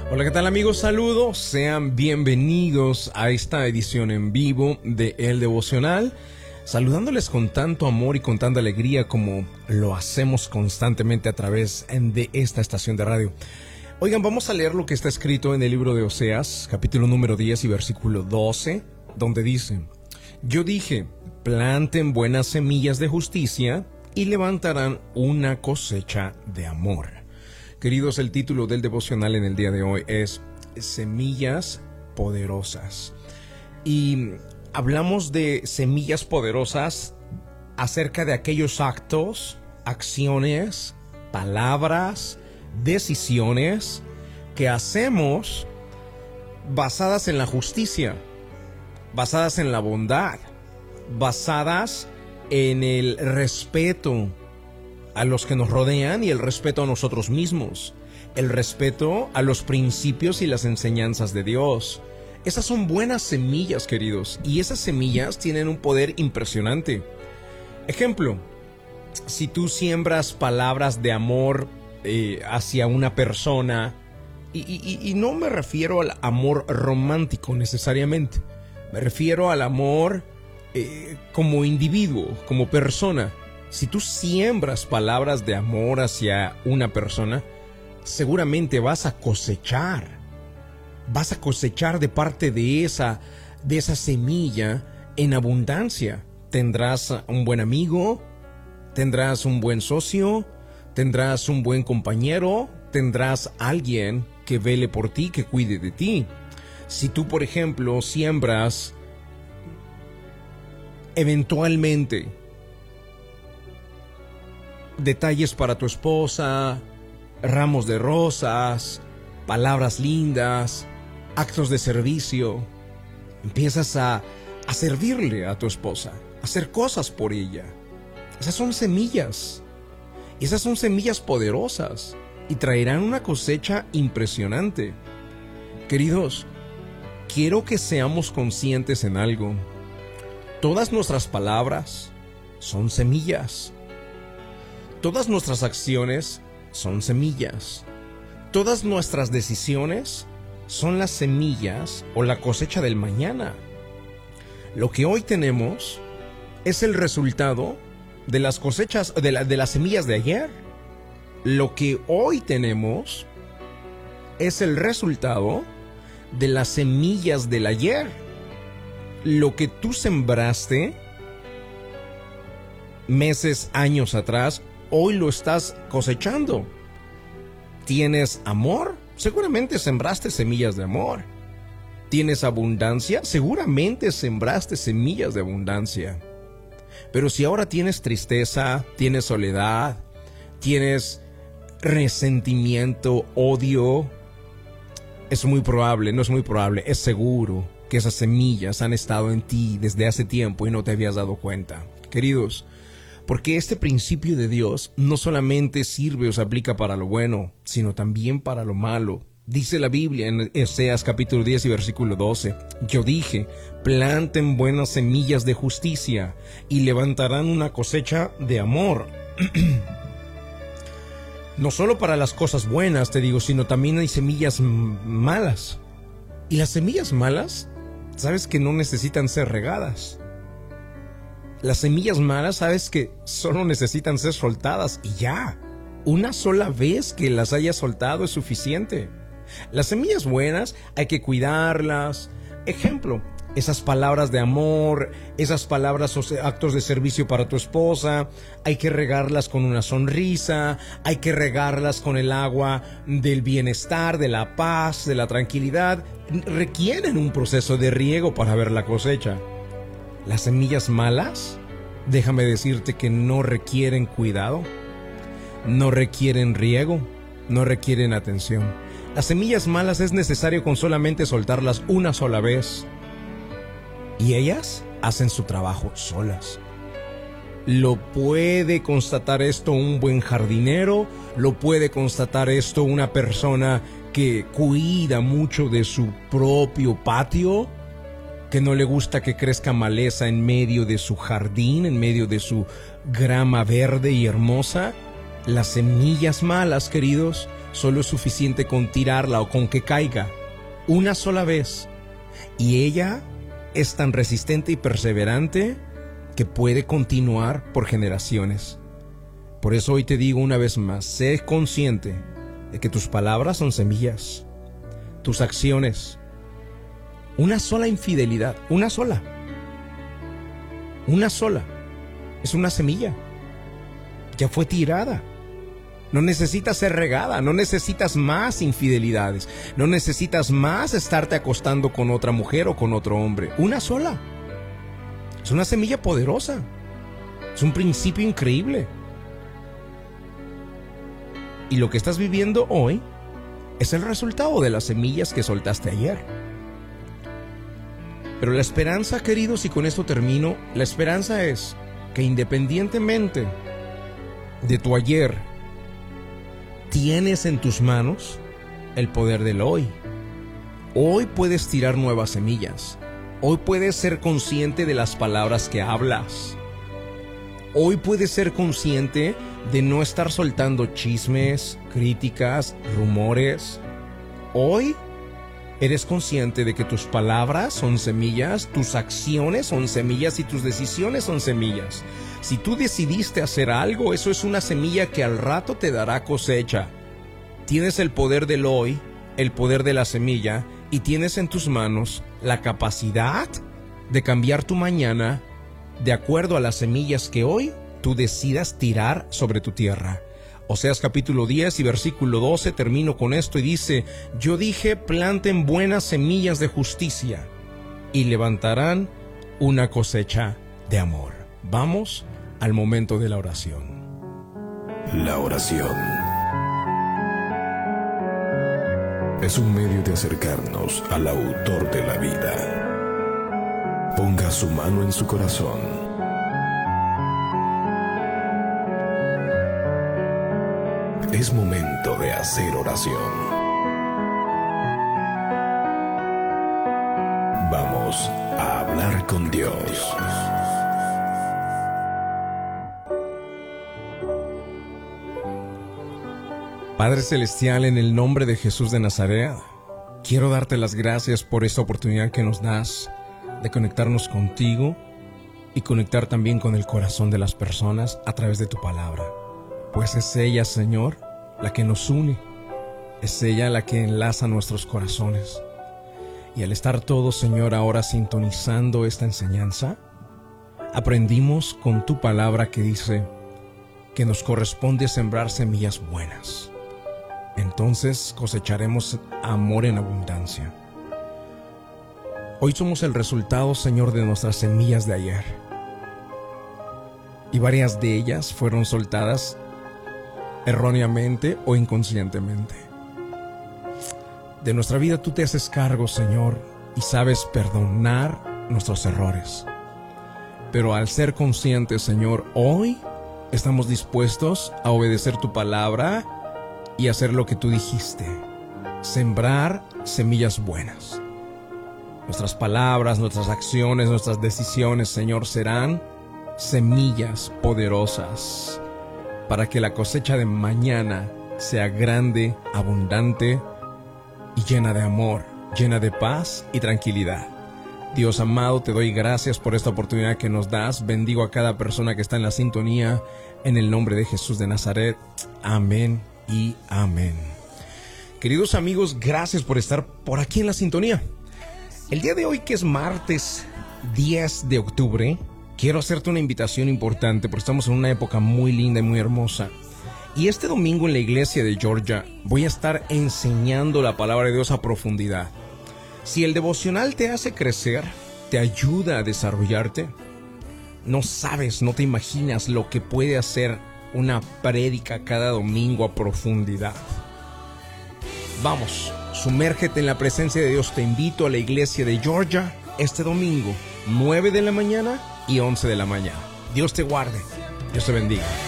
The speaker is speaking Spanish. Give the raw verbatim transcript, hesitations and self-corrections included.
Hola, ¿qué tal amigos? Saludos, sean bienvenidos a esta edición en vivo de El Devocional, saludándoles con tanto amor y con tanta alegría como lo hacemos constantemente a través de esta estación de radio. Oigan, vamos a leer lo que está escrito en el libro de Oseas, capítulo número diez y versículo doce, donde dice: Yo dije, planten buenas semillas de justicia y levantarán una cosecha de amor. Queridos, el título del devocional en el día de hoy es Semillas Poderosas. Y hablamos de semillas poderosas acerca de aquellos actos, acciones, palabras, decisiones que hacemos basadas en la justicia, basadas en la bondad, basadas en el respeto a los que nos rodean y el respeto a nosotros mismos, el respeto a los principios y las enseñanzas de Dios. Esas son buenas semillas, queridos, y esas semillas tienen un poder impresionante. Ejemplo, si tú siembras palabras de amor eh, hacia una persona, y, y, y no me refiero al amor romántico necesariamente, me refiero al amor eh, como individuo, como persona. Si tú siembras palabras de amor hacia una persona, seguramente vas a cosechar. Vas a cosechar de parte de esa, de esa semilla en abundancia. Tendrás un buen amigo, tendrás un buen socio, tendrás un buen compañero, tendrás alguien que vele por ti, que cuide de ti. Si tú, por ejemplo, siembras eventualmente detalles para tu esposa, ramos de rosas, palabras lindas, actos de servicio, empiezas a, a servirle a tu esposa, a hacer cosas por ella. Esas son semillas, y esas son semillas poderosas y traerán una cosecha impresionante. Queridos, quiero que seamos conscientes en algo. Todas nuestras palabras son semillas. Todas nuestras acciones son semillas. Todas nuestras decisiones son las semillas o la cosecha del mañana. Lo que hoy tenemos es el resultado de las cosechas, de, la, de las semillas de ayer. Lo que hoy tenemos es el resultado de las semillas del ayer. Lo que tú sembraste meses, años atrás, hoy lo estás cosechando. ¿Tienes amor? Seguramente sembraste semillas de amor. ¿Tienes abundancia? Seguramente sembraste semillas de abundancia. Pero si ahora tienes tristeza, tienes soledad, tienes resentimiento, odio, es muy probable, no es muy probable, es seguro que esas semillas han estado en ti desde hace tiempo y no te habías dado cuenta. Queridos, porque este principio de Dios no solamente sirve o se aplica para lo bueno, sino también para lo malo. Dice la Biblia en Oseas capítulo diez y versículo doce, Yo dije, planten buenas semillas de justicia y levantarán una cosecha de amor. No solo para las cosas buenas, te digo, sino también hay semillas malas. Y las semillas malas, sabes que no necesitan ser regadas. Las semillas malas, sabes que solo necesitan ser soltadas y ya. Una sola vez que las hayas soltado es suficiente. Las semillas buenas hay que cuidarlas. Ejemplo, esas palabras de amor, esas palabras o actos de servicio para tu esposa, hay que regarlas con una sonrisa, hay que regarlas con el agua del bienestar, de la paz, de la tranquilidad. Requieren un proceso de riego para ver la cosecha. Las semillas malas, déjame decirte que no requieren cuidado, no requieren riego, no requieren atención. Las semillas malas es necesario con solamente soltarlas una sola vez. Y ellas hacen su trabajo solas. Lo puede constatar esto un buen jardinero, lo puede constatar esto una persona que cuida mucho de su propio patio, que no le gusta que crezca maleza en medio de su jardín, en medio de su grama verde y hermosa. Las semillas malas, queridos, solo es suficiente con tirarla o con que caiga una sola vez. Y ella es tan resistente y perseverante que puede continuar por generaciones. Por eso hoy te digo una vez más, sé consciente de que tus palabras son semillas, tus acciones, una sola infidelidad, una sola, una sola, es una semilla, ya fue tirada. No necesitas ser regada, no necesitas más infidelidades, no necesitas más estarte acostando con otra mujer o con otro hombre, una sola. Es una semilla poderosa, es un principio increíble. Y lo que estás viviendo hoy es el resultado de las semillas que soltaste ayer. Pero la esperanza, queridos, y con esto termino, la esperanza es que independientemente de tu ayer, tienes en tus manos el poder del hoy. Hoy puedes tirar nuevas semillas. Hoy puedes ser consciente de las palabras que hablas. Hoy puedes ser consciente de no estar soltando chismes, críticas, rumores. Hoy eres consciente de que tus palabras son semillas, tus acciones son semillas y tus decisiones son semillas. Si tú decidiste hacer algo, eso es una semilla que al rato te dará cosecha. Tienes el poder del hoy, el poder de la semilla, y tienes en tus manos la capacidad de cambiar tu mañana de acuerdo a las semillas que hoy tú decidas tirar sobre tu tierra. Oseas capítulo diez y versículo doce, termino con esto y dice: yo dije, planten buenas semillas de justicia y levantarán una cosecha de amor. Vamos al momento de la oración. La oración es un medio de acercarnos al autor de la vida. Ponga su mano en su corazón. Es momento de hacer oración. Vamos a hablar con Dios. Padre Celestial, en el nombre de Jesús de Nazaret, quiero darte las gracias por esta oportunidad que nos das de conectarnos contigo y conectar también con el corazón de las personas a través de tu palabra. Pues es ella, Señor, la que nos une, es ella la que enlaza nuestros corazones. Y al estar todos, Señor, ahora sintonizando esta enseñanza, aprendimos con tu palabra que dice que nos corresponde sembrar semillas buenas. Entonces cosecharemos amor en abundancia. Hoy somos el resultado, Señor, de nuestras semillas de ayer. Y varias de ellas fueron soltadas erróneamente o inconscientemente. De nuestra vida tú te haces cargo, Señor, y sabes perdonar nuestros errores. Pero al ser conscientes, Señor, hoy estamos dispuestos a obedecer tu palabra y hacer lo que tú dijiste: sembrar semillas buenas. Nuestras palabras, nuestras acciones, nuestras decisiones, Señor, serán semillas poderosas para que la cosecha de mañana sea grande, abundante y llena de amor, llena de paz y tranquilidad. Dios amado, te doy gracias por esta oportunidad que nos das. Bendigo a cada persona que está en la sintonía, en el nombre de Jesús de Nazaret. Amén y amén. Queridos amigos, gracias por estar por aquí en la sintonía. El día de hoy, que es martes diez de octubre, quiero hacerte una invitación importante porque estamos en una época muy linda y muy hermosa. Y este domingo en la iglesia de Georgia voy a estar enseñando la palabra de Dios a profundidad. Si el devocional te hace crecer, te ayuda a desarrollarte, no sabes, no te imaginas lo que puede hacer una prédica cada domingo a profundidad. Vamos, sumérgete en la presencia de Dios. Te invito a la iglesia de Georgia este domingo, nueve de la mañana y once de la mañana. Dios te guarde, Dios te bendiga.